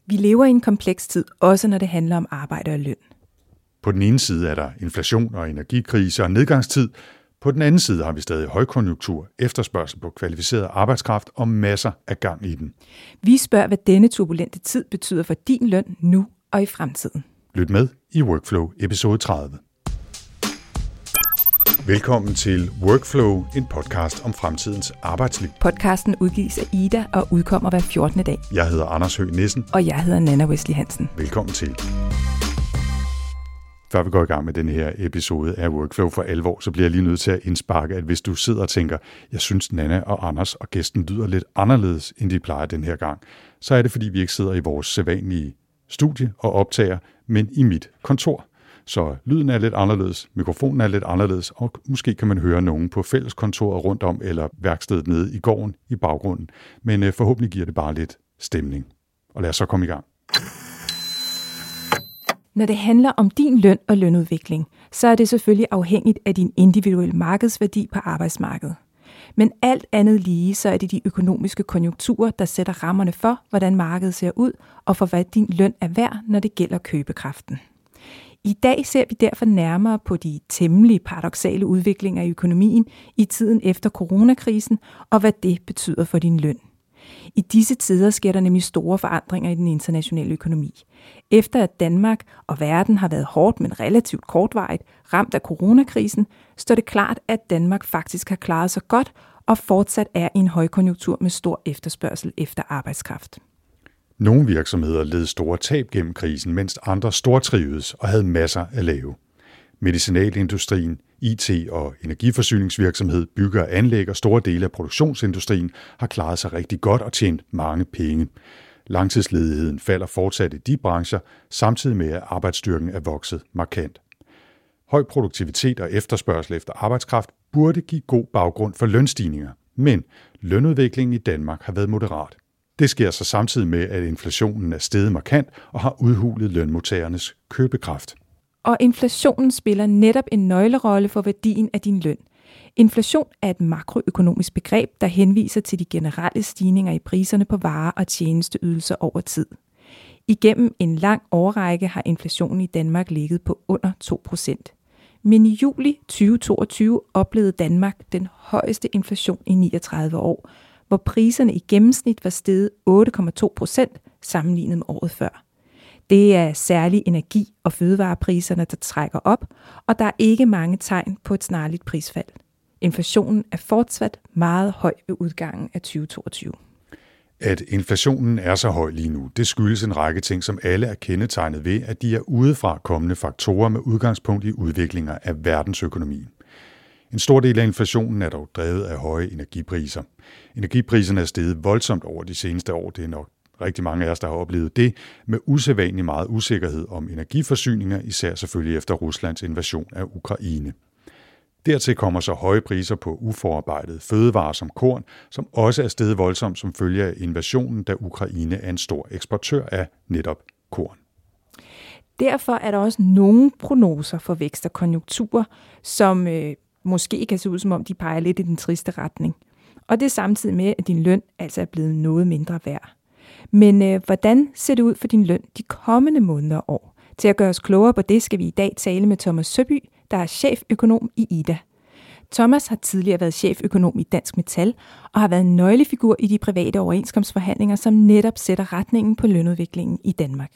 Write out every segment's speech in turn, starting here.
Vi lever i en kompleks tid, også når det handler om arbejde og løn. På den ene side er der inflation og energikrise og nedgangstid. På den anden side har vi stadig højkonjunktur, efterspørgsel på kvalificeret arbejdskraft og masser af gang i den. Vi spørger, hvad denne turbulente tid betyder for din løn nu og i fremtiden. Lyt med i Workflow episode 30. Velkommen til Workflow, en podcast om fremtidens arbejdsliv. Podcasten udgives af Ida og udkommer hver 14. dag. Jeg hedder Anders Høgh Nissen. Og jeg hedder Nanna Wesley Hansen. Velkommen til. Før vi går i gang med denne her episode af Workflow for alvor, så bliver jeg lige nødt til at indsparke, at hvis du sidder og tænker, jeg synes Nanna og Anders og gæsten lyder lidt anderledes, end de plejer den her gang, så er det fordi, vi ikke sidder i vores sædvanlige studie og optager, men i mit kontor. Så lyden er lidt anderledes, mikrofonen er lidt anderledes, og måske kan man høre nogen på fælleskontoret rundt om, eller værkstedet nede i gården i baggrunden. Men forhåbentlig giver det bare lidt stemning. Og lad os så komme i gang. Når det handler om din løn og lønudvikling, så er det selvfølgelig afhængigt af din individuelle markedsværdi på arbejdsmarkedet. Men alt andet lige, så er det de økonomiske konjunkturer, der sætter rammerne for, hvordan markedet ser ud, og for hvad din løn er værd, når det gælder købekraften. I dag ser vi derfor nærmere på de temmelig paradoksale udviklinger i økonomien i tiden efter coronakrisen, og hvad det betyder for din løn. I disse tider sker der nemlig store forandringer i den internationale økonomi. Efter at Danmark og verden har været hårdt, men relativt kortvarigt ramt af coronakrisen, står det klart, at Danmark faktisk har klaret sig godt og fortsat er i en højkonjunktur med stor efterspørgsel efter arbejdskraft. Nogle virksomheder led store tab gennem krisen, mens andre stortrivedes og havde masser at lave. Medicinalindustrien, IT- og energiforsyningsvirksomhed, bygger og anlæg og store dele af produktionsindustrien har klaret sig rigtig godt og tjent mange penge. Langtidsledigheden falder fortsat i de brancher, samtidig med at arbejdsstyrken er vokset markant. Høj produktivitet og efterspørgsel efter arbejdskraft burde give god baggrund for lønstigninger, men lønudviklingen i Danmark har været moderat. Det sker så samtidig med, at inflationen er steget markant og har udhulet lønmodtagernes købekraft. Og inflationen spiller netop en nøglerolle for værdien af din løn. Inflation er et makroøkonomisk begreb, der henviser til de generelle stigninger i priserne på varer og tjenesteydelser over tid. Igennem en lang årrække har inflationen i Danmark ligget på under 2%. Men i juli 2022 oplevede Danmark den højeste inflation i 39 år, hvor priserne i gennemsnit var steget 8,2% sammenlignet med året før. Det er særligt energi- og fødevarepriserne, der trækker op, og der er ikke mange tegn på et snarligt prisfald. Inflationen er fortsat meget høj ved udgangen af 2022. At inflationen er så høj lige nu, det skyldes en række ting, som alle er kendetegnet ved, at de er udefra kommende faktorer med udgangspunkt i udviklinger af verdensøkonomien. En stor del af inflationen er dog drevet af høje energipriser. Energipriserne er steget voldsomt over de seneste år. Det er nok rigtig mange af os, der har oplevet det, med usædvanlig meget usikkerhed om energiforsyninger, især selvfølgelig efter Ruslands invasion af Ukraine. Dertil kommer så høje priser på uforarbejdede fødevarer som korn, som også er steget voldsomt som følge af invasionen, da Ukraine er en stor eksportør af netop korn. Derfor er der også nogle prognoser for vækst og konjunkturer, som måske kan se ud som om de peger lidt i den triste retning. Og det er samtidig med, at din løn altså er blevet noget mindre værd. Men hvordan ser det ud for din løn de kommende måneder og år? Til at gøre os klogere på det, skal vi i dag tale med Thomas Søby, der er cheføkonom i Ida. Thomas har tidligere været cheføkonom i Dansk Metal og har været en nøglefigur i de private overenskomstforhandlinger, som netop sætter retningen på lønudviklingen i Danmark.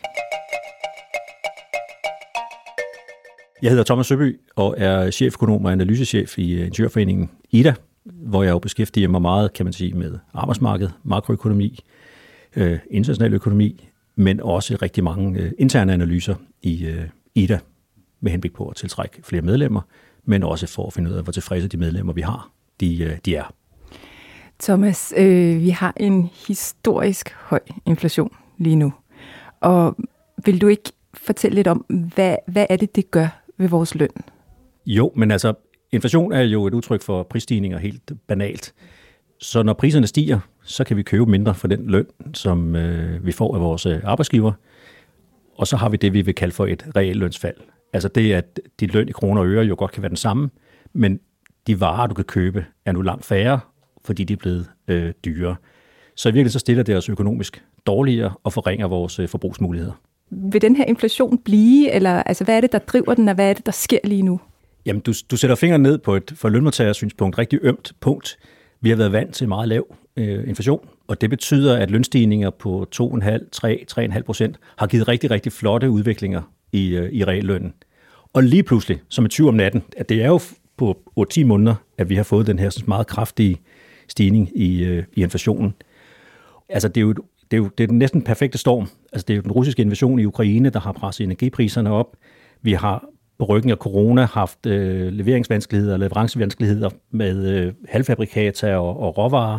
Jeg hedder Thomas Søby og er cheføkonom og analysechef i Ingeniørforeningen Ida, hvor jeg jo beskæftiger mig meget, kan man sige, med arbejdsmarked, makroøkonomi, international økonomi, men også rigtig mange interne analyser i Ida, med henblik på at tiltrække flere medlemmer, men også for at finde ud af, hvor tilfredse de medlemmer, vi har, de er. Thomas, vi har en historisk høj inflation lige nu. Og vil du ikke fortælle lidt om, hvad er det gør ved vores løn? Jo, men altså, inflation er jo et udtryk for prisstigninger helt banalt. Så når priserne stiger, så kan vi købe mindre for den løn, som vi får af vores arbejdsgiver. Og så har vi det, vi vil kalde for et reallønsfald. Altså det, at din løn i kroner og øre jo godt kan være den samme, men de varer, du kan købe, er nu langt færre, fordi de er blevet dyrere. Så i virkeligheden så stiller det os økonomisk dårligere og forringer vores forbrugsmuligheder. Vil den her inflation blive, eller altså, hvad er det, der driver den, og hvad er det, der sker lige nu? Jamen, du sætter fingeren ned på et for lønmodtagersynspunkt rigtig ømt punkt. Vi har været vant til meget lav inflation, og det betyder, at lønstigninger på 2,5-3,5% har givet rigtig, rigtig flotte udviklinger i reallønnen. Og lige pludselig, som et tyv om natten, at det er jo på 8-10 måneder, at vi har fået den her sådan meget kraftige stigning i inflationen. Altså, det er den næsten perfekte storm. Altså, det er jo den russiske invasion i Ukraine, der har presset energipriserne op. Vi har på ryggen af corona haft leveringsvanskeligheder, leverancevanskeligheder med halvfabrikater og råvarer.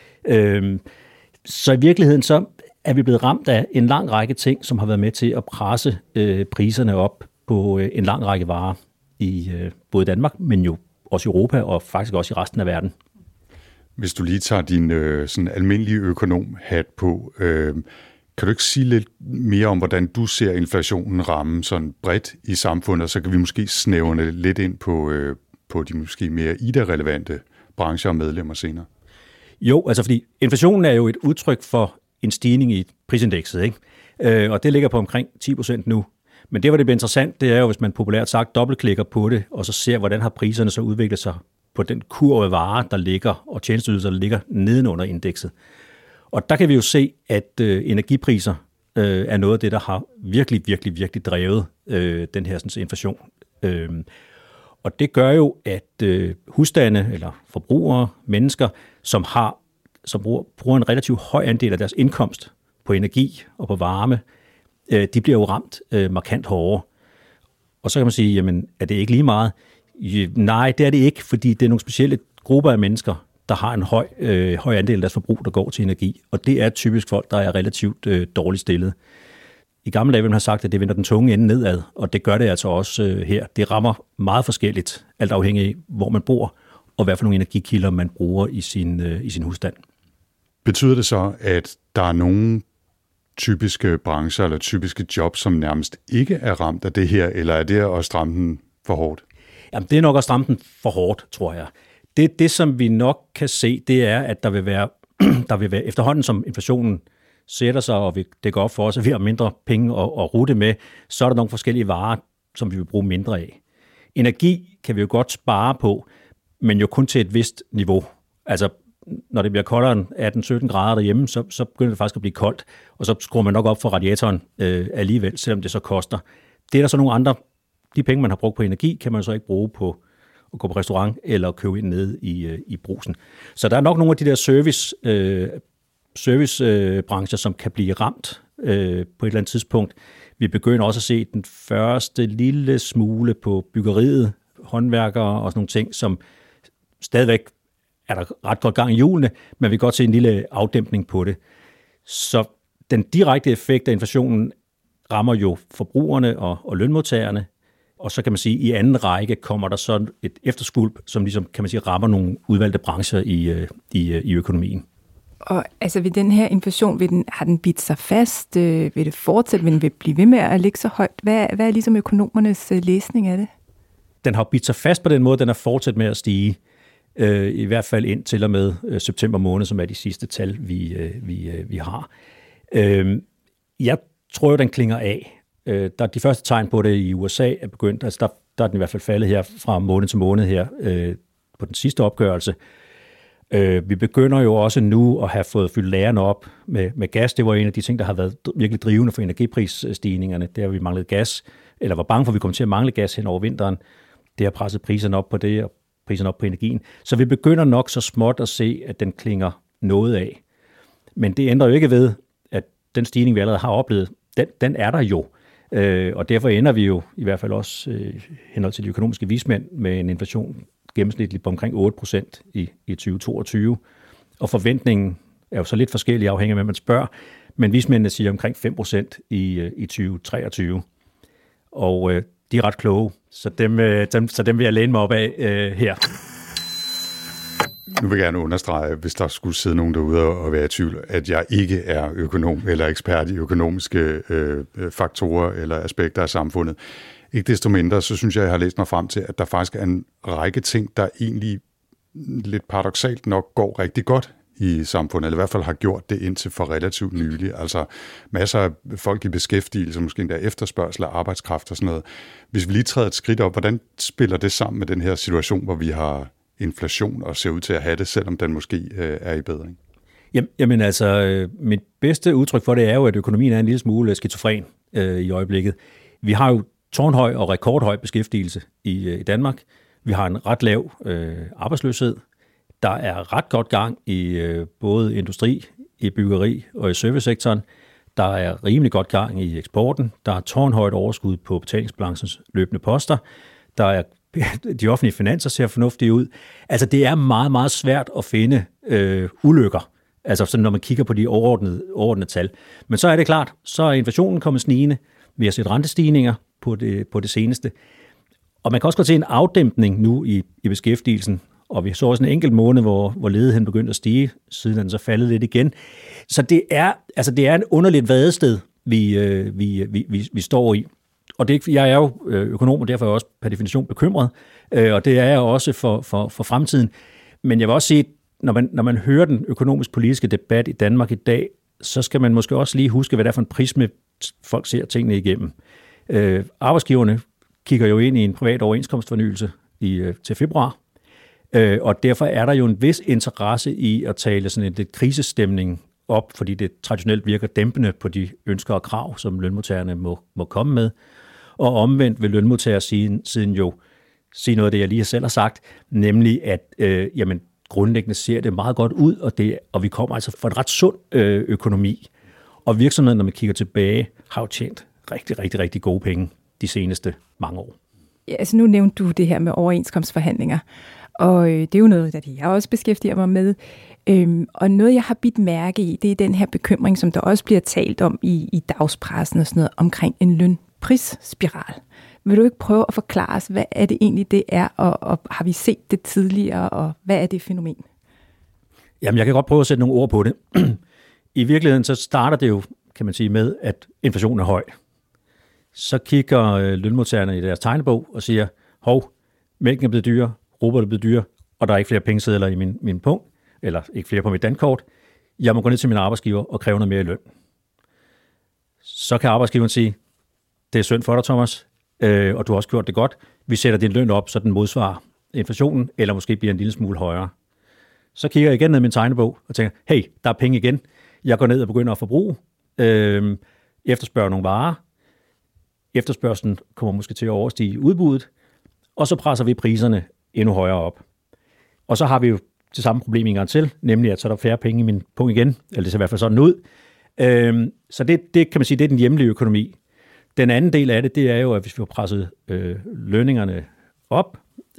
Så i virkeligheden så er vi blevet ramt af en lang række ting, som har været med til at presse priserne op på en lang række varer i både Danmark, men jo også i Europa og faktisk også i resten af verden. Hvis du lige tager din sådan almindelige økonom-hat på, kan du ikke sige lidt mere om, hvordan du ser inflationen ramme sådan bredt i samfundet, så kan vi måske snævne lidt ind på de måske mere IDA-relevante brancher og medlemmer senere? Jo, altså fordi inflationen er jo et udtryk for en stigning i prisindekset, ikke? Og det ligger på omkring 10% nu. Men det, hvor det bliver interessant, det er jo, hvis man populært sagt dobbeltklikker på det, og så ser, hvordan har priserne så udviklet sig på den kurve af varer, der ligger, og tjenesteydelser, der ligger nedenunder indekset. Og der kan vi jo se, at energipriser er noget af det, der har virkelig drevet den her sådan, inflation. Og det gør jo, at husstande eller forbrugere, mennesker, som bruger en relativt høj andel af deres indkomst på energi og på varme, de bliver jo ramt markant hårdere. Og så kan man sige, jamen, er det ikke lige meget? Nej, det er det ikke, fordi det er nogle specielle grupper af mennesker, der har en høj andel af deres forbrug, der går til energi. Og det er typisk folk, der er relativt dårligt stillet. I gamle dage ville man have sagt, at det vender den tunge ende nedad, og det gør det altså også her. Det rammer meget forskelligt, alt afhængig af, hvor man bor, og hvad for nogle energikilder man bruger i sin husstand. Betyder det så, at der er nogle typiske brancher eller typiske jobs, som nærmest ikke er ramt af det her, eller er det at stramme den for hårdt? Jamen, det er nok at stramme den for hårdt, tror jeg. Det som vi nok kan se, det er, at der vil være efterhånden, som inflationen sætter sig, og det går op for os, at vi har mindre penge at rute med, så er der nogle forskellige varer, som vi vil bruge mindre af. Energi kan vi jo godt spare på, men jo kun til et vist niveau. Altså, når det bliver koldere end 18-17 grader derhjemme, så begynder det faktisk at blive koldt, og så skruer man nok op for radiatoren alligevel, selvom det så koster. Det er der så nogle andre. De penge, man har brugt på energi, kan man så ikke bruge på at gå på restaurant eller købe ind nede i Brugsen. Så der er nok nogle af de der servicebrancher, som kan blive ramt på et eller andet tidspunkt. Vi begynder også at se den første lille smule på byggeriet, håndværkere og sådan nogle ting, som stadigvæk er der ret godt gang i hjulene, men vi kan godt se en lille afdæmpning på det. Så den direkte effekt af inflationen rammer jo forbrugerne og lønmodtagerne, og så kan man sige, at i anden række kommer der så et efterskuld, som ligesom, kan man sige, rammer nogle udvalgte brancher i økonomien. Og altså ved den her inflation, har den bidt sig fast? Vil det fortsætte? Vil den blive ved med at ligge så højt? Hvad er ligesom økonomernes læsning af det? Den har bidt sig fast på den måde, den er fortsat med at stige. I hvert fald ind til og med september måned, som er de sidste tal, vi har. Jeg tror jo, den klinger af. Der er de første tegn på det i USA er begyndt, altså der er den i hvert fald faldet her fra måned til måned her på den sidste opgørelse. Vi begynder jo også nu at have fået fyldt lagerne op med gas. Det var en af de ting, der har været virkelig drivende for energiprisstigningerne. Der har vi manglet gas, eller var bange for, at vi kommer til at mangle gas hen over vinteren. Det har presset priserne op på det, og priserne op på energien. Så vi begynder nok så småt at se, at den klinger noget af. Men det ændrer jo ikke ved, at den stigning, vi allerede har oplevet, den er der jo. Og derfor ender vi jo i hvert fald også henhold til de økonomiske vismænd med en inflation gennemsnitligt på omkring 8% i 2022. Og forventningen er jo så lidt forskellig afhængig af, hvad man spørger, men vismændene siger omkring 5% i 2023. Og de er ret kloge, så dem vil jeg læne mig op af her. Nu vil jeg gerne understrege, hvis der skulle sidde nogen derude og være i tvivl, at jeg ikke er økonom eller ekspert i økonomiske faktorer eller aspekter af samfundet. Ikke desto mindre, så synes jeg har læst mig frem til, at der faktisk er en række ting, der egentlig lidt paradoksalt nok går rigtig godt i samfundet, eller i hvert fald har gjort det indtil for relativt nylig. Altså masser af folk i beskæftigelse, måske endda efterspørgsel af arbejdskraft og sådan noget. Hvis vi lige træder et skridt op, hvordan spiller det sammen med den her situation, hvor vi har inflation og ser ud til at have det, selvom den måske er i bedring? Jamen altså, mit bedste udtryk for det er jo, at økonomien er en lille smule skizofren i øjeblikket. Vi har jo tårnhøj og rekordhøj beskæftigelse i Danmark. Vi har en ret lav arbejdsløshed. Der er ret godt gang i både industri, i byggeri og i servicesektoren. Der er rimelig godt gang i eksporten. Der er tårnhøjt overskud på betalingsbalancens løbende poster. Der er de offentlige finanser ser fornuftige ud. Altså det er meget, meget svært at finde ulykker. Altså sådan, når man kigger på de overordnede tal. Men så er det klart, så er inflationen kommet snigende. Vi har set rentestigninger på det seneste. Og man kan også godt se en afdæmpning nu i beskæftigelsen. Og vi så også en enkelt måned, hvor ledigheden begyndte at stige, siden den så faldet lidt igen. Så det er en underligt vadested, vi står i. Og jeg er jo økonom, og derfor er jeg også per definition bekymret. Og det er jeg også for fremtiden. Men jeg vil også sige, når man hører den økonomisk-politiske debat i Danmark i dag, så skal man måske også lige huske, hvad det er for en prisme, folk ser tingene igennem. Arbejdsgiverne kigger jo ind i en privat overenskomstfornyelse til februar, og derfor er der jo en vis interesse i at tale sådan en lidt krisestemning op, fordi det traditionelt virker dæmpende på de ønsker og krav, som lønmodtagerne må komme med. Og omvendt vil lønmodtagere siden jo sige noget af det, jeg lige selv har sagt, nemlig at grundlæggende ser det meget godt ud, og vi kommer altså fra en ret sund økonomi. Og virksomheden, når man kigger tilbage, har jo tjent rigtig, rigtig, rigtig gode penge de seneste mange år. Ja, altså nu nævnte du det her med overenskomstforhandlinger, og det er jo noget, der jeg også beskæftiger mig med. Og noget, jeg har bidt mærke i, det er den her bekymring, som der også bliver talt om i dagspressen og sådan noget, omkring en lønprisspiral. Vil du ikke prøve at forklare os, hvad er det egentlig, det er, og har vi set det tidligere, og hvad er det fænomen? Jamen, jeg kan godt prøve at sætte nogle ord på det. I virkeligheden så starter det jo, kan man sige, med, at inflationen er høj. Så kigger lønmodtagerne i deres tegnebog og siger, hov, mælken er blevet dyrere, rugbrød er blevet dyrere, og der er ikke flere pengesedler i min punkt, eller ikke flere på mit dankort. Jeg må gå ned til min arbejdsgiver og kræve noget mere i løn. Så kan arbejdsgiveren sige, det er synd for dig, Thomas, og du har også gjort det godt. Vi sætter din løn op, så den modsvarer inflationen, eller måske bliver en lille smule højere. Så kigger jeg igen ned i min tegnebog og tænker, hey, der er penge igen. Jeg går ned og begynder at forbruge, efterspørger nogle varer. Efterspørgslen kommer måske til at overstige udbuddet, og så presser vi priserne endnu højere op. Og så har vi jo det samme problem en gang til, nemlig at så er der færre penge i min punkt igen, eller det ser i hvert fald sådan ud. Så det kan man sige, det er den hjemlige økonomi. Den anden del af det er jo, at hvis vi får presset lønningerne op,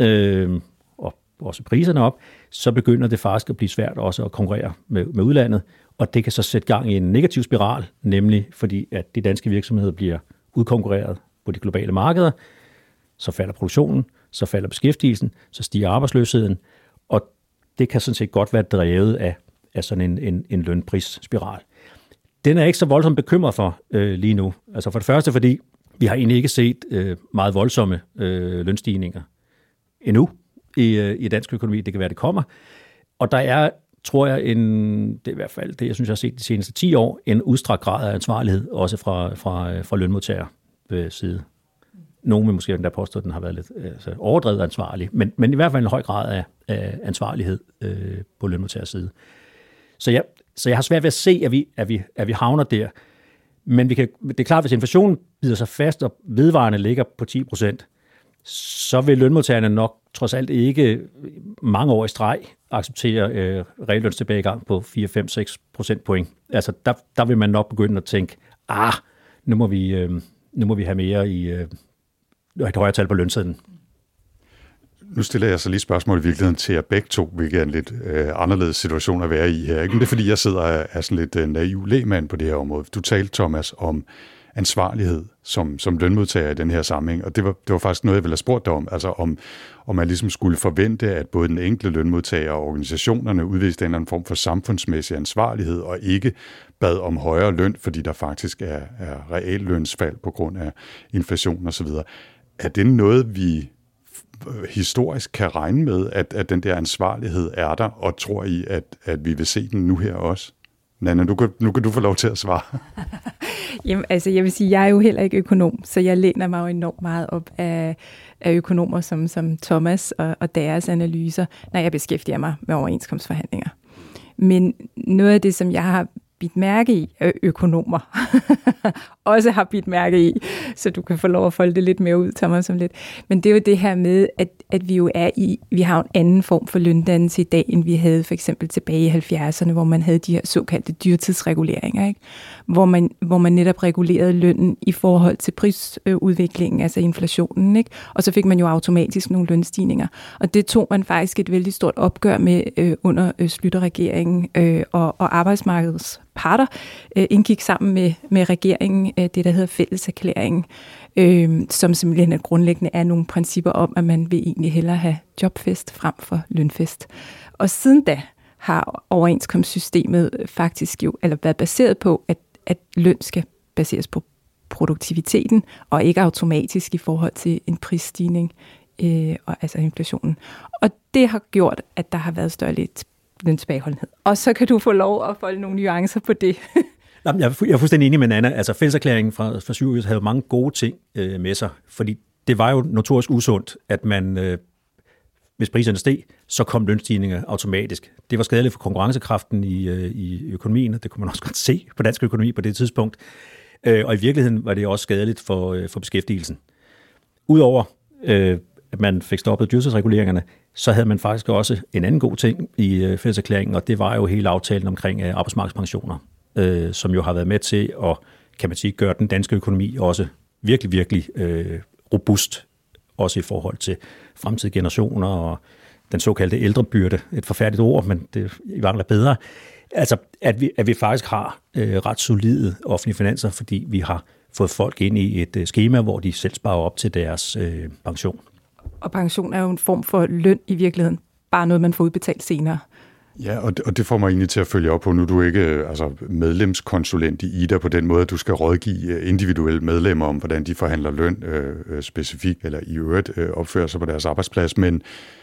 og også priserne op, så begynder det faktisk at blive svært også at konkurrere med udlandet, og det kan så sætte gang i en negativ spiral, nemlig fordi at de danske virksomheder bliver udkonkurreret på de globale markeder, så falder produktionen, så falder beskæftigelsen, så stiger arbejdsløsheden, og det kan sådan set godt være drevet af sådan en lønprisspiral. Den er jeg ikke så voldsomt bekymret for lige nu. Altså for det første, fordi vi har egentlig ikke set meget voldsomme lønstigninger endnu i dansk økonomi. Det kan være, det kommer. Og der er, tror jeg, det er i hvert fald det, jeg synes, jeg har set de seneste 10 år, en udstrakt grad af ansvarlighed, også fra lønmodtager side. Nogle vil måske den der påstå, at den har været lidt overdrevet ansvarlig, men i hvert fald en høj grad af ansvarlighed på lønmodtagers side. Så jeg har svært ved at se, at vi havner der. Men det er klart, hvis inflationen bider sig fast, og vedvarende ligger på 10%, så vil lønmodtagerne nok trods alt ikke mange år i streg acceptere reallønstilbagegang på 4-5-6 procentpoint. Altså der vil man nok begynde at tænke, nu må vi have mere i et højere tal på lønsedlen. Nu stiller jeg så lige spørgsmål i virkeligheden til jer begge to, hvilket er en lidt anderledes situation at være i her. Ikke? Men det er fordi, jeg sidder og er sådan lidt naiv lægmand på det her område. Du talte, Thomas, om ansvarlighed som lønmodtager i den her sammenhæng, og det var faktisk noget, jeg ville have spurgt dig om, altså om man ligesom skulle forvente, at både den enkelte lønmodtager og organisationerne udviste en eller anden form for samfundsmæssig ansvarlighed, og ikke bad om højere løn, fordi der faktisk er reelt lønsfald på grund af inflation osv. Er det noget, vi historisk kan regne med, at den der ansvarlighed er der, og tror I, at vi vil se den nu her også? Nanna, nu kan du få lov til at svare. Jamen, altså jeg vil sige, jeg er jo heller ikke økonom, så jeg læner mig jo enormt meget op af økonomer som Thomas og deres analyser, når jeg beskæftiger mig med overenskomstforhandlinger. Men noget af det, som jeg har bidt mærke i, økonomer også har bidt mærke i, så du kan få lov at folde det lidt mere ud, Thomas, om lidt. Men det er jo det her med, at vi jo vi har en anden form for løndannelse i dag, end vi havde for eksempel tilbage i 70'erne, hvor man havde de her såkaldte dyrtidsreguleringer, ikke? Hvor man netop regulerede lønnen i forhold til prisudviklingen, altså inflationen, ikke? Og så fik man jo automatisk nogle lønstigninger. Og det tog man faktisk et vældig stort opgør med under Schlüter-regeringen og arbejdsmarkedets parter indgik sammen med regeringen det, der hedder fælleserklæringen, som simpelthen grundlæggende er nogle principper om, at man vil egentlig hellere have jobfest frem for lønfest. Og siden da har overenskomstsystemet faktisk jo været baseret på, at løn skal baseres på produktiviteten, og ikke automatisk i forhold til en prisstigning, altså inflationen. Og det har gjort, at der har været større lidt løntilbageholdenhed. Og så kan du få lov at folde nogle nuancer på det. Jeg er fuldstændig enig med Nanna. Altså fælleserklæringen fra 7 havde mange gode ting med sig, fordi det var jo notorisk usundt, at man, hvis priserne steg, så kom lønstigninger automatisk. Det var skadeligt for konkurrencekraften i økonomien, og det kunne man også godt se på dansk økonomi på det tidspunkt. Og i virkeligheden var det også skadeligt for beskæftigelsen. Udover at man fik stoppet dyrtidsreguleringerne, så havde man faktisk også en anden god ting i fælleserklæringen, og det var jo hele aftalen omkring arbejdsmarkedspensioner, som jo har været med til at, kan man sige, gøre den danske økonomi også virkelig, virkelig robust, også i forhold til fremtidige generationer og den såkaldte ældrebyrde. Et forfærdeligt ord, men det er i hvert fald bedre. Altså, at vi faktisk har ret solide offentlige finanser, fordi vi har fået folk ind i et skema, hvor de selv sparer op til deres pension. Og pension er jo en form for løn i virkeligheden. Bare noget, man får udbetalt senere. Ja, og det får mig egentlig til at følge op på. Nu er du ikke medlemskonsulent i IDA på den måde, at du skal rådgive individuelle medlemmer om, hvordan de forhandler løn specifikt, eller i øvrigt opfører sig på deres arbejdsplads. Men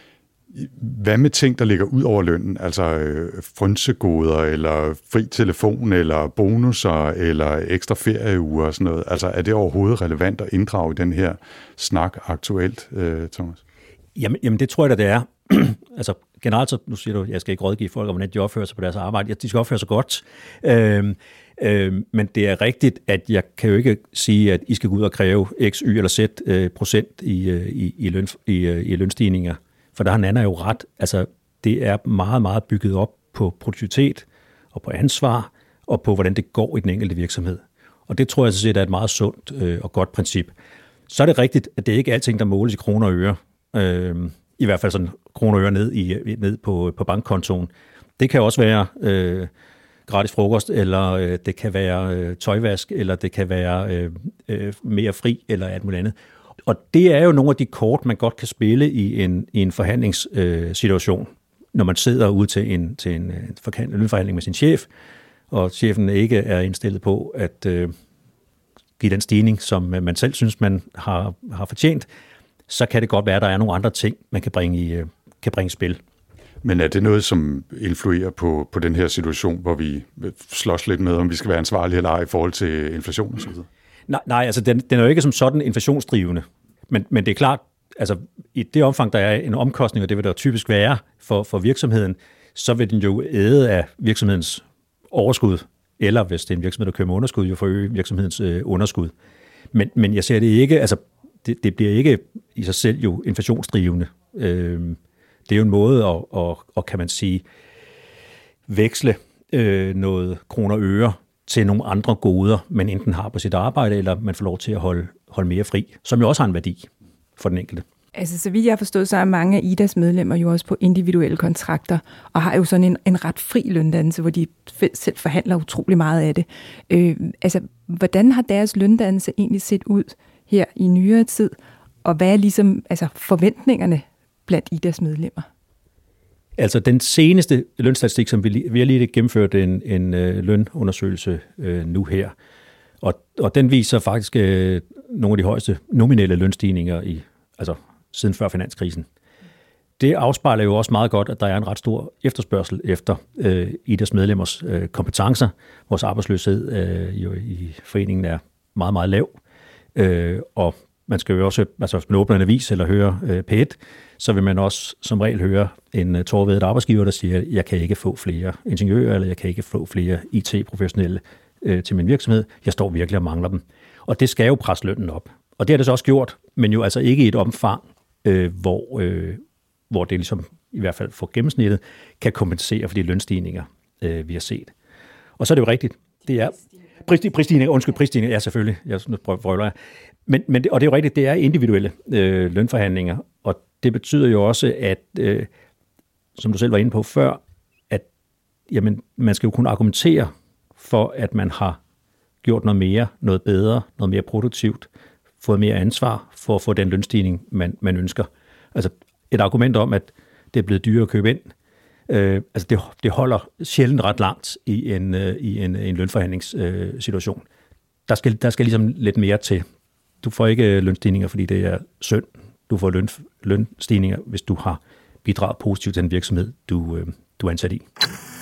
hvad med ting, der ligger ud over lønnen? Altså frynsegoder, eller fri telefon, eller bonusser, eller ekstra ferieuger og sådan noget. Altså er det overhovedet relevant at inddrage i den her snak aktuelt, Thomas? Jamen det tror jeg da, det er. Altså generelt så, nu siger du, jeg skal ikke rådgive folk om, hvordan de opfører sig på deres arbejde. De skal opføre sig godt. Men det er rigtigt, at jeg kan jo ikke sige, at I skal gå ud og kræve x, y eller z procent i lønstigninger. For der har Nanna jo ret. Altså, det er meget, meget bygget op på produktivitet og på ansvar og på, hvordan det går i den enkelte virksomhed. Og det tror jeg set er et meget sundt og godt princip. Så er det rigtigt, at det ikke er alting, der måles i kroner og øre. I hvert fald sådan kroner og øre ned på bankkontoen. Det kan også være gratis frokost, eller det kan være tøjvask, eller det kan være mere fri, eller alt muligt andet. Og det er jo nogle af de kort, man godt kan spille i en forhandlingssituation, når man sidder ude til en lønforhandling med sin chef, og chefen ikke er indstillet på at give den stigning, som man selv synes, man har fortjent, så kan det godt være, at der er nogle andre ting, man kan bringe i spil. Men er det noget, som influerer på den her situation, hvor vi slås lidt med, om vi skal være ansvarlige eller ej i forhold til inflation og så videre? Nej, altså den er jo ikke som sådan inflationsdrivende, men det er klart, altså i det omfang, der er en omkostning, og det vil der typisk være for virksomheden, så vil den jo æde af virksomhedens overskud, eller hvis det er en virksomhed, der kører med underskud, jo forøge virksomhedens underskud. Men jeg ser det ikke, altså det bliver ikke i sig selv jo inflationsdrivende. Det er jo en måde at kan man sige, veksle noget kroner og øre til nogle andre goder, man enten har på sit arbejde, eller man får lov til at holde mere fri, som jo også har en værdi for den enkelte. Altså, så vidt jeg har forstået, så er mange af IDAs medlemmer jo også på individuelle kontrakter, og har jo sådan en ret fri løndannelse, hvor de selv forhandler utrolig meget af det. Altså, hvordan har deres løndannelse egentlig set ud her i nyere tid, og hvad er ligesom forventningerne blandt IDAs medlemmer? Altså den seneste lønstatistik, som vi har lige gennemført en lønundersøgelse nu her, og den viser faktisk nogle af de højeste nominelle lønstigninger siden før finanskrisen. Det afspejler jo også meget godt, at der er en ret stor efterspørgsel efter IDAs medlemmers kompetencer. Vores arbejdsløshed jo i foreningen er meget, meget lav. Og man skal jo også, altså hvis man åbner en avis eller hører P1, så vil man også som regel høre en tårvedet arbejdsgiver, der siger, jeg kan ikke få flere ingeniører, eller jeg kan ikke få flere IT-professionelle til min virksomhed. Jeg står virkelig og mangler dem. Og det skal jo presse lønnen op. Og det har det så også gjort, men jo altså ikke i et omfang, hvor det ligesom, i hvert fald for gennemsnittet, kan kompensere for de lønstigninger, vi har set. Og så er det jo rigtigt. Det er prisstigninger, ja selvfølgelig, nu prøver jeg. Og det er jo rigtigt, det er individuelle lønforhandlinger, og det betyder jo også, at, som du selv var inde på før, at jamen, man skal jo kunne argumentere for, at man har gjort noget mere, noget bedre, noget mere produktivt, fået mere ansvar for at få den lønstigning, man ønsker. Altså et argument om, at det er blevet dyrere at købe ind, altså det holder sjældent ret langt i en lønforhandlingssituation. Der skal ligesom lidt mere til. Du får ikke lønstigninger, fordi det er synd. Du får lønstigninger, hvis du har bidraget positivt til den virksomhed, du er ansat i.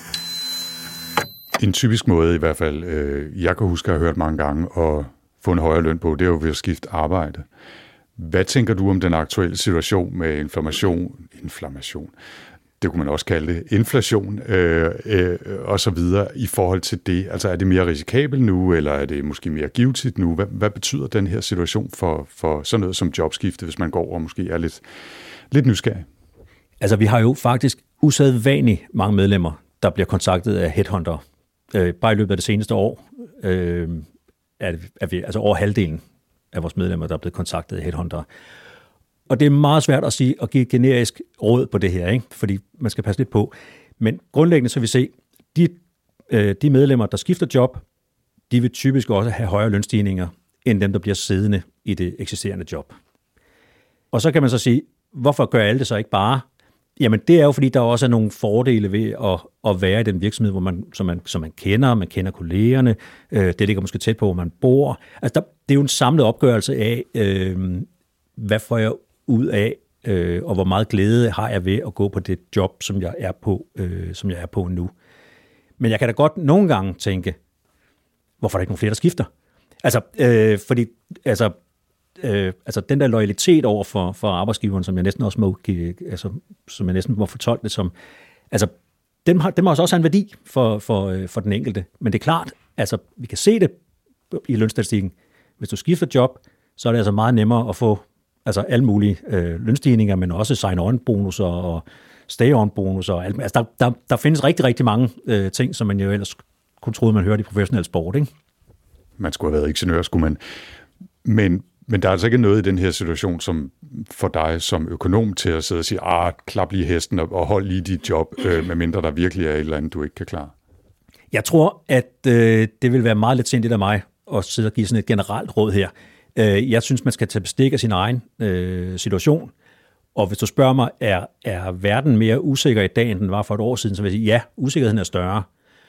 En typisk måde i hvert fald, jeg kan huske at have hørt mange gange, at få en højere løn på, det er jo ved at skifte arbejde. Hvad tænker du om den aktuelle situation med inflammation, det kunne man også kalde det, inflation og så videre i forhold til det? Altså er det mere risikabelt nu, eller er det måske mere givtigt nu? Hvad betyder den her situation for sådan noget som jobskifte, hvis man går og måske er lidt nysgerrig? Altså vi har jo faktisk usædvanligt mange medlemmer, der bliver kontaktet af headhunter. Bare i løbet af det seneste år er vi altså over halvdelen af vores medlemmer, der er blevet kontaktet af headhunter. Og det er meget svært at sige og give et generisk råd på det her, ikke? Fordi man skal passe lidt på. Men grundlæggende så vil vi se, de medlemmer, der skifter job, de vil typisk også have højere lønstigninger, end dem, der bliver siddende i det eksisterende job. Og så kan man så sige, hvorfor gør alle det så ikke bare? Jamen det er jo, fordi der også er nogle fordele ved at være i den virksomhed, hvor man kender kollegerne, det ligger måske tæt på, hvor man bor. Altså det er jo en samlet opgørelse af, hvad får jeg ud af, og hvor meget glæde har jeg ved at gå på det job, som jeg er på nu. Men jeg kan da godt nogle gange tænke, hvorfor er der ikke nogen flere, der skifter? Altså, fordi den der loyalitet over for arbejdsgiveren, som jeg næsten også må som jeg næsten må fortolke det som, altså, den har også have en værdi for den enkelte. Men det er klart, altså, vi kan se det i lønstatistikken. Hvis du skifter job, så er det altså meget nemmere at få altså alle mulige lønstigninger, men også sign-on-bonusser og stay-on-bonusser. Altså, der findes rigtig, rigtig mange ting, som man jo ellers kun troede, man hørte i professionel sport, ikke? Man skulle have været ingeniør, skulle man. Men der er altså ikke noget i den her situation, som for dig som økonom til at sidde og sige, klap lige hesten og hold lige dit job, medmindre der virkelig er et eller andet, du ikke kan klare. Jeg tror, at det vil være meget lidt sindigt af mig at sidde og give sådan et generelt råd her. Jeg synes, man skal tage bestik af sin egen situation. Og hvis du spørger mig, er verden mere usikker i dag, end den var for et år siden, så vil jeg sige, ja, usikkerheden er større.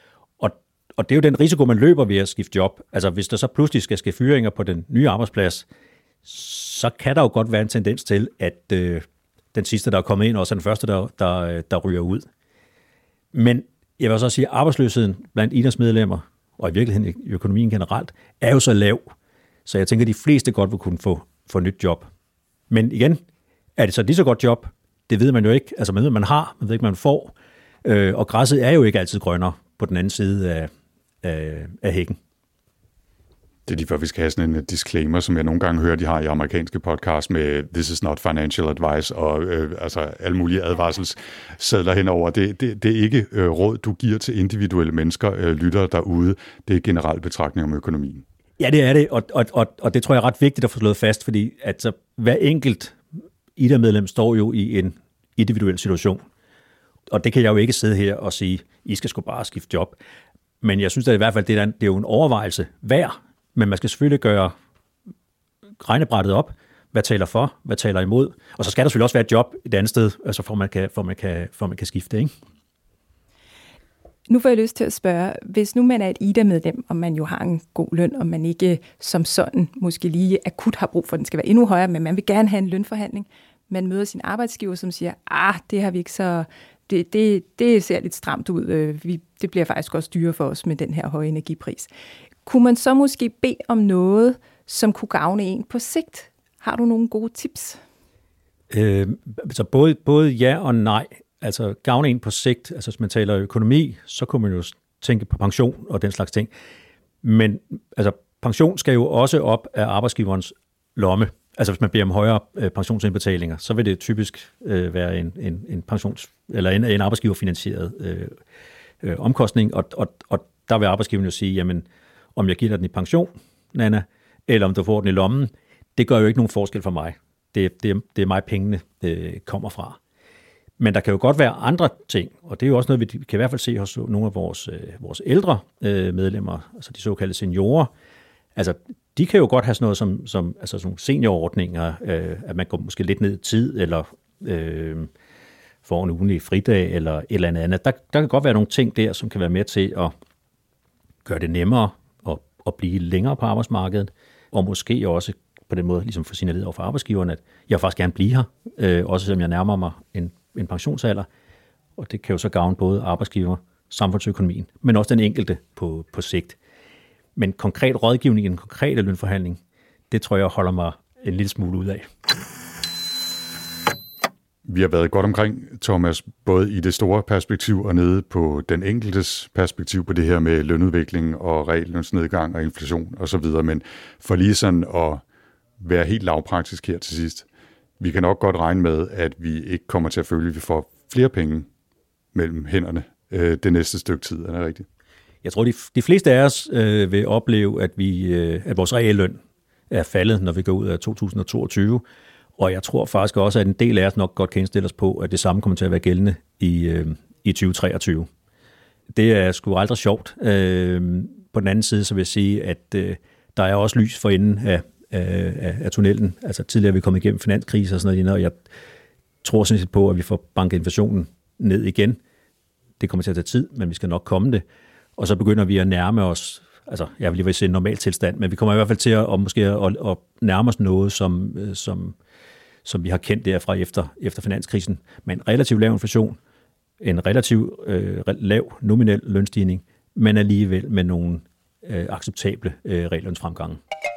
Og det er jo den risiko, man løber ved at skifte job. Altså hvis der så pludselig skal ske fyringer på den nye arbejdsplads, så kan der jo godt være en tendens til, at den sidste, der er kommet ind, også er den første, der ryger ud. Men jeg vil så sige, at arbejdsløsheden blandt IDAs medlemmer, og i virkeligheden i økonomien generelt, er jo så lav. Så jeg tænker, at de fleste godt vil kunne få nyt job. Men igen, er det så lige så godt job? Det ved man jo ikke. Altså man ved, man har, man ved ikke, man får. Og græsset er jo ikke altid grønnere på den anden side af hækken. Det er lige før, vi skal have sådan en disclaimer, som jeg nogle gange hører, de har i amerikanske podcast med this is not financial advice, og altså alle mulige advarselssedler henover. Det er ikke råd, du giver til individuelle mennesker, lyttere derude. Det er generelt betragtning om økonomien. Ja, det er det, og det tror jeg er ret vigtigt at få slået fast, fordi altså, hver enkelt IDA-medlem står jo i en individuel situation. Og det kan jeg jo ikke sidde her og sige, I skal sgu bare skifte job. Men jeg synes at i hvert fald, det er jo en overvejelse værd, men man skal selvfølgelig gøre regnebrættet op, hvad taler for, hvad taler imod, og så skal der selvfølgelig også være et job et andet sted, altså for man kan skifte, ikke? Nu får jeg lyst til at spørge, hvis nu man er et IDA-medlem, og man jo har en god løn, og man ikke som sådan måske lige akut har brug for, at den skal være endnu højere, men man vil gerne have en lønforhandling, man møder sin arbejdsgiver, som siger, det har vi ikke så... Det ser lidt stramt ud. Det bliver faktisk også dyrere for os med den her høje energipris. Kunne man så måske bede om noget, som kunne gavne en på sigt? Har du nogle gode tips? Så både ja og nej. Altså gavne en på sigt. Altså hvis man taler økonomi, så kunne man jo tænke på pension og den slags ting. Men altså, pension skal jo også op af arbejdsgiverens lomme. Altså hvis man beder om højere pensionsindbetalinger, så vil det typisk være en pensions eller en arbejdsgiverfinansieret omkostning, og der vil arbejdsgiveren jo sige, jamen om jeg giver dig den i pension, Nana, eller om du får den i lommen, det gør jo ikke nogen forskel for mig. Det er mig pengene kommer fra. Men der kan jo godt være andre ting, og det er jo også noget, vi kan i hvert fald se hos nogle af vores ældre medlemmer, altså de såkaldte seniorer. Altså, de kan jo godt have sådan noget som altså sådan seniorordninger, at man går måske lidt ned i tid, eller får en ugenlig fridag, eller et eller andet. Der kan godt være nogle ting der, som kan være med til at gøre det nemmere at blive længere på arbejdsmarkedet, og måske også på den måde ligesom få signaleret over for arbejdsgiverne, at jeg faktisk gerne blive her, også selvom jeg nærmer mig en pensionsalder, og det kan jo så gavne både arbejdsgiver, samfundsøkonomien, men også den enkelte på sigt. Men konkret rådgivning i den konkrete lønforhandling, det tror jeg holder mig en lille smule ud af. Vi har været godt omkring, Thomas, både i det store perspektiv og nede på den enkeltes perspektiv på det her med lønudvikling og reallønsnedgang og inflation osv. Men for lige sådan at være helt lavpraktisk her til sidst, vi kan nok godt regne med, at vi ikke kommer til at føle, at vi får flere penge mellem hænderne det næste stykke tid. Er det rigtigt? Jeg tror, de fleste af os vil opleve, at vores realløn er faldet, når vi går ud af 2022. Og jeg tror faktisk også, at en del af os nok godt kan indstille os på, at det samme kommer til at være gældende i 2023. Det er sgu aldrig sjovt. På den anden side, så vil jeg sige, at der er også lys for enden af tunnelen. Altså tidligere er vi kommet igennem finanskrise og sådan noget, og jeg tror sådan set på, at vi får banket inflationen ned igen. Det kommer til at tage tid, men vi skal nok komme det. Og så begynder vi at nærme os, altså jeg vil lige sige en normal tilstand, men vi kommer i hvert fald til at nærme os noget, som vi har kendt derfra efter finanskrisen. Med en relativt lav inflation, en relativt lav nominel lønstigning, men alligevel med nogle acceptable reallønsfremgange.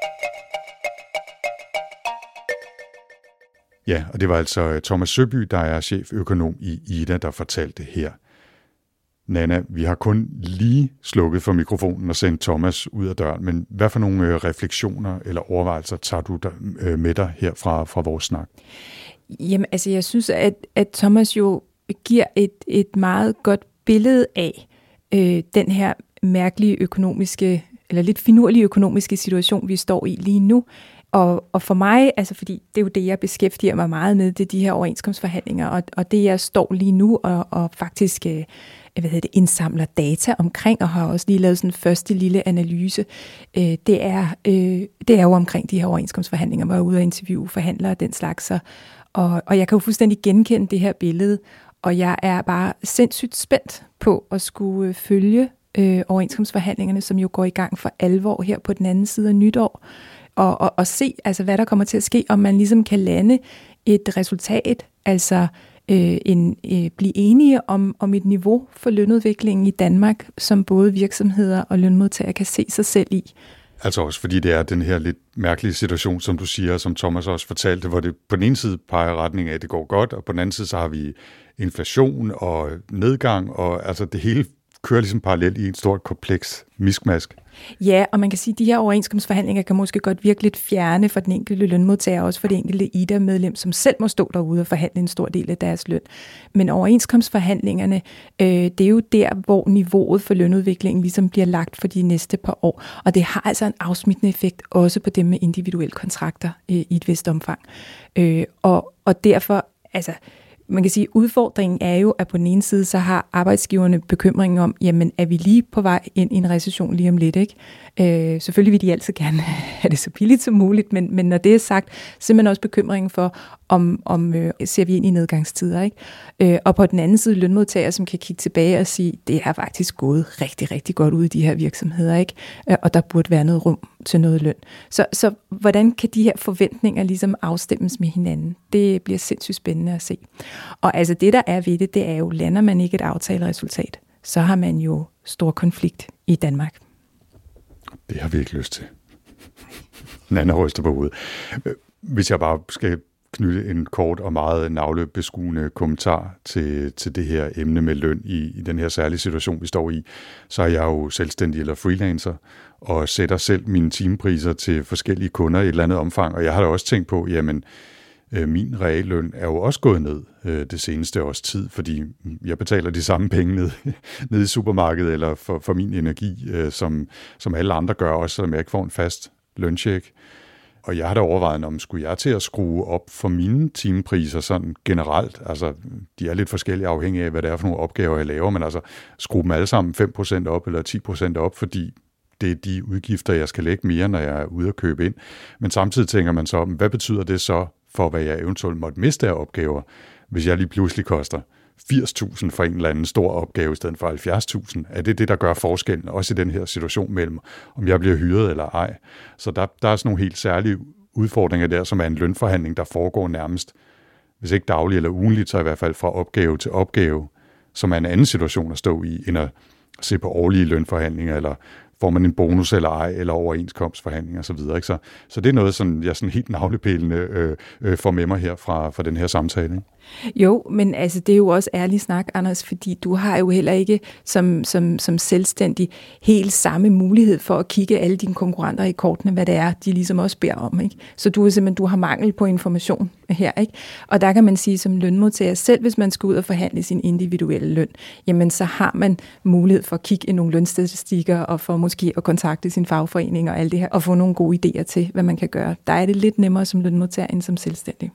Ja, og det var altså Thomas Søby, der er cheføkonom i Ida, der fortalte det her. Nana, vi har kun lige slukket for mikrofonen og sendt Thomas ud af døren, men hvad for nogle refleksioner eller overvejelser tager du med dig her fra vores snak? Jamen, altså jeg synes, at Thomas jo giver et meget godt billede af den her mærkelige økonomiske, eller lidt finurlige økonomiske situation, vi står i lige nu. Og for mig, altså fordi det er jo det, jeg beskæftiger mig meget med, det er de her overenskomstforhandlinger, og det jeg står lige nu og faktisk indsamler data omkring, og har også lige lavet sådan en første lille analyse, det er jo omkring de her overenskomstforhandlinger, hvor jeg er ude og interviewe forhandlere og den slags. Og jeg kan jo fuldstændig genkende det her billede, og jeg er bare sindssygt spændt på at skulle følge overenskomstforhandlingerne, som jo går i gang for alvor her på den anden side af nytår, og se, altså, hvad der kommer til at ske, om man ligesom kan lande et resultat, altså blive enige om et niveau for lønudviklingen i Danmark, som både virksomheder og lønmodtagere kan se sig selv i. Altså også fordi det er den her lidt mærkelige situation, som du siger, som Thomas også fortalte, hvor det på den ene side peger retning af, at det går godt, og på den anden side så har vi inflation og nedgang, og altså det hele kører ligesom parallelt i et stort kompleks miskmask. Ja, og man kan sige, at de her overenskomstforhandlinger kan måske godt virke lidt fjerne for den enkelte lønmodtager, også for det enkelte IDA-medlem, som selv må stå derude og forhandle en stor del af deres løn. Men overenskomstforhandlingerne, det er jo der, hvor niveauet for lønudviklingen ligesom bliver lagt for de næste par år. Og det har altså en afsmittende effekt også på dem med individuelle kontrakter i et vist omfang. Og derfor, altså man kan sige, at udfordringen er jo, at på den ene side, så har arbejdsgiverne bekymringen om, jamen er vi lige på vej ind i en recession lige om lidt, ikke? Selvfølgelig vil de altid gerne have det så billigt som muligt, men når det er sagt, simpelthen også bekymringen for, om ser vi ind i nedgangstider, ikke? Og på den anden side lønmodtagere, som kan kigge tilbage og sige, det er faktisk gået rigtig, rigtig godt ud i de her virksomheder, ikke? Og der burde være noget rum til noget løn. Så hvordan kan de her forventninger ligesom afstemmes med hinanden? Det bliver sindssygt spændende at se. Og altså det, der er ved det er jo, lander man ikke et aftaleresultat, så har man jo stor konflikt i Danmark. Det har vi ikke lyst til. Nanna ryster på hovedet. Hvis jeg bare skal knytte en kort og meget navlebeskuende kommentar til det her emne med løn i den her særlige situation, vi står i, så er jeg jo selvstændig eller freelancer og sætter selv mine timepriser til forskellige kunder i et eller andet omfang, og jeg har da også tænkt på, jamen min realløn er jo også gået ned det seneste års tid, fordi jeg betaler de samme penge ned i supermarkedet eller for min energi, som alle andre gør, også selvom jeg ikke får en fast løncheck. Og jeg har da overvejet, om skulle jeg til at skrue op for mine timepriser sådan generelt. Altså, de er lidt forskellige afhængig af, hvad det er for nogle opgaver, jeg laver, men altså skrue dem alle sammen 5% op eller 10% op, fordi det er de udgifter, jeg skal lægge mere, når jeg er ude at købe ind. Men samtidig tænker man så, hvad betyder det så for, hvad jeg eventuelt måtte miste af opgaver, hvis jeg lige pludselig koster 80.000 for en eller anden stor opgave i stedet for 70.000. Er det det, der gør forskellen, også i den her situation mellem, om jeg bliver hyret eller ej? Så der er sådan nogle helt særlige udfordringer der, som er en lønforhandling, der foregår nærmest, hvis ikke dagligt eller ugenligt, så i hvert fald fra opgave til opgave, som er en anden situation at stå i, end at se på årlige lønforhandlinger, eller får man en bonus eller ej, eller overenskomstforhandlinger osv. Så det er noget, som jeg sådan helt navlepillende får med mig her fra den her samtale. Ikke? Jo, men altså, det er jo også ærlig snak, Anders, fordi du har jo heller ikke som selvstændig helt samme mulighed for at kigge alle dine konkurrenter i kortene, hvad det er, de ligesom også beder om. Ikke? Så du har mangel på information her. Ikke? Og der kan man sige, som lønmodtager selv, hvis man skal ud og forhandle sin individuelle løn, jamen så har man mulighed for at kigge i nogle lønstatistikker og for måske at kontakte sin fagforening og alt det her, og få nogle gode idéer til, hvad man kan gøre. Der er det lidt nemmere som lønmodtager end som selvstændig.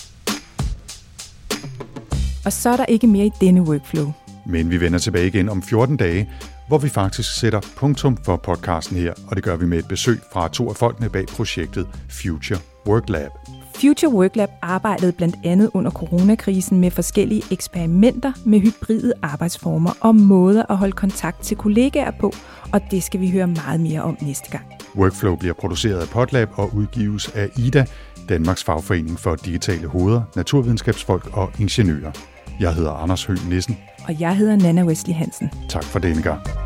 Og så er der ikke mere i denne workflow. Men vi vender tilbage igen om 14 dage, hvor vi faktisk sætter punktum for podcasten her, og det gør vi med et besøg fra 2 af folkene bag projektet Future Work Lab. Future Work Lab arbejdede blandt andet under coronakrisen med forskellige eksperimenter med hybride arbejdsformer og måder at holde kontakt til kollegaer på, og det skal vi høre meget mere om næste gang. Workflow bliver produceret af Podlab og udgives af IDA, Danmarks Fagforening for Digitale Hoveder, Naturvidenskabsfolk og Ingeniører. Jeg hedder Anders Høgh Nissen. Og jeg hedder Nanna Wesley Hansen. Tak for denne gang.